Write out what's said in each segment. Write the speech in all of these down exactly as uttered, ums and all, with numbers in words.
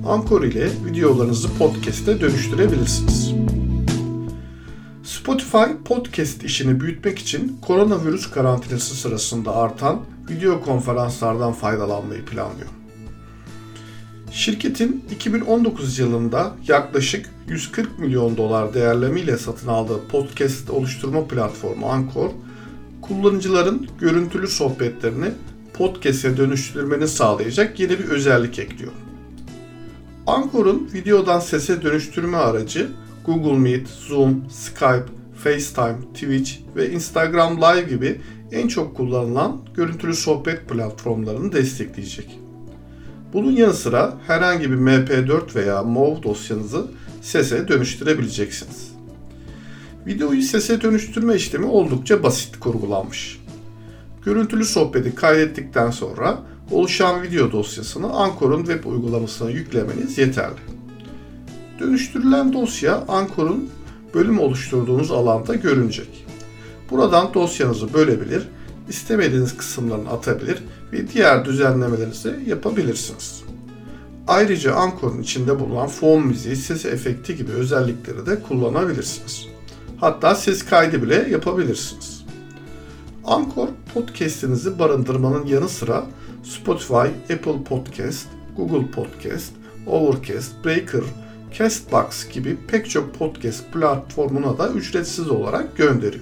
Anchor ile videolarınızı podcast'e dönüştürebilirsiniz. Spotify podcast işini büyütmek için koronavirüs karantinası sırasında artan video konferanslardan faydalanmayı planlıyor. Şirketin iki bin on dokuz yılında yaklaşık yüz kırk milyon dolar değerlemiyle satın aldığı podcast oluşturma platformu Anchor, kullanıcıların görüntülü sohbetlerini podcast'e dönüştürmeni sağlayacak yeni bir özellik ekliyor. Anchor'un videodan sese dönüştürme aracı Google Meet, Zoom, Skype, FaceTime, Twitch ve Instagram Live gibi en çok kullanılan görüntülü sohbet platformlarını destekleyecek. Bunun yanı sıra herhangi bir M P dört veya M O V dosyanızı sese dönüştürebileceksiniz. Videoyu sese dönüştürme işlemi oldukça basit kurgulanmış. Görüntülü sohbeti kaydettikten sonra oluşan video dosyasını Anchor'un web uygulamasına yüklemeniz yeterli. Dönüştürülen dosya Anchor'un bölüm oluşturduğunuz alanda görünecek. Buradan dosyanızı bölebilir, istemediğiniz kısımlarını atabilir ve diğer düzenlemelerinizi yapabilirsiniz. Ayrıca Anchor'un içinde bulunan fon müziği, ses efekti gibi özellikleri de kullanabilirsiniz. Hatta ses kaydı bile yapabilirsiniz. Anchor, podcast'inizi barındırmanın yanı sıra Spotify, Apple Podcast, Google Podcast, Overcast, Breaker, Castbox gibi pek çok podcast platformuna da ücretsiz olarak gönderiyor.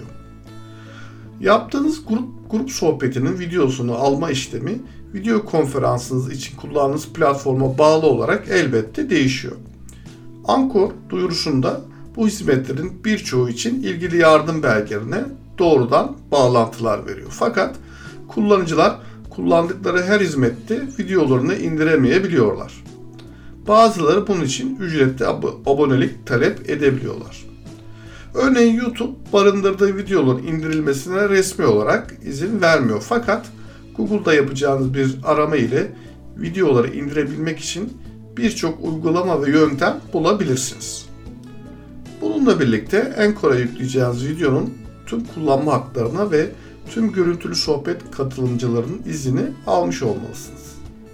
Yaptığınız grup, grup sohbetinin videosunu alma işlemi video konferansınız için kullandığınız platforma bağlı olarak elbette değişiyor. Anchor duyurusunda bu hizmetlerin birçoğu için ilgili yardım belgelerine doğrudan bağlantılar veriyor. Fakat kullanıcılar kullandıkları her hizmette videolarını indiremeyebiliyorlar. Bazıları bunun için ücretli ab- abonelik talep edebiliyorlar. Örneğin YouTube barındırdığı videoların indirilmesine resmi olarak izin vermiyor. Fakat Google'da yapacağınız bir arama ile videoları indirebilmek için birçok uygulama ve yöntem bulabilirsiniz. Bununla birlikte Anchor'a yükleyeceğiniz videonun tüm kullanma haklarına ve tüm görüntülü sohbet katılımcılarının iznini almış olmalısınız.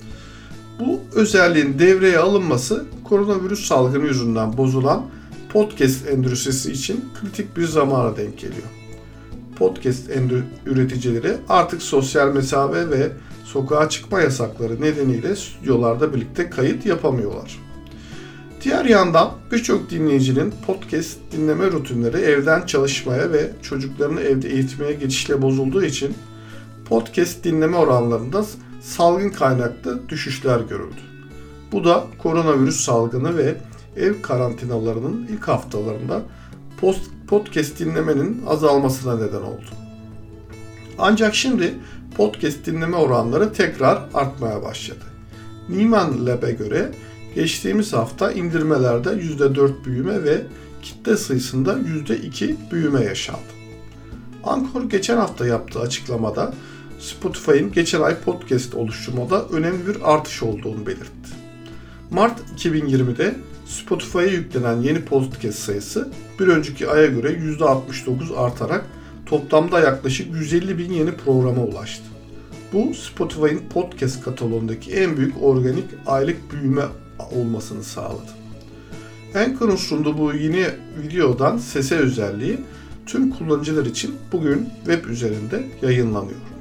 Bu özelliğin devreye alınması koronavirüs salgını yüzünden bozulan podcast endüstrisi için kritik bir zamana denk geliyor. Podcast üreticileri artık sosyal mesafe ve sokağa çıkma yasakları nedeniyle stüdyolarda birlikte kayıt yapamıyorlar. Diğer yandan birçok dinleyicinin podcast dinleme rutinleri evden çalışmaya ve çocuklarını evde eğitmeye geçişle bozulduğu için podcast dinleme oranlarında salgın kaynaklı düşüşler görüldü. Bu da koronavirüs salgını ve ev karantinalarının ilk haftalarında post, podcast dinlemenin azalmasına neden oldu. Ancak şimdi podcast dinleme oranları tekrar artmaya başladı. Nieman Lab'e göre geçtiğimiz hafta indirmelerde yüzde dört büyüme ve kitle sayısında yüzde iki büyüme yaşandı. Anchor geçen hafta yaptığı açıklamada Spotify'ın geçen ay podcast oluşturmada önemli bir artış olduğunu belirtti. Mart iki bin yirmide Spotify'a yüklenen yeni podcast sayısı bir önceki aya göre yüzde altmış dokuz artarak toplamda yaklaşık yüz elli bin yeni programa ulaştı. Bu Spotify'ın podcast kataloğundaki en büyük organik aylık büyüme olmasını sağladı. Anchor'un sunduğu bu yeni videodan sese özelliği tüm kullanıcılar için bugün web üzerinde yayınlanıyor.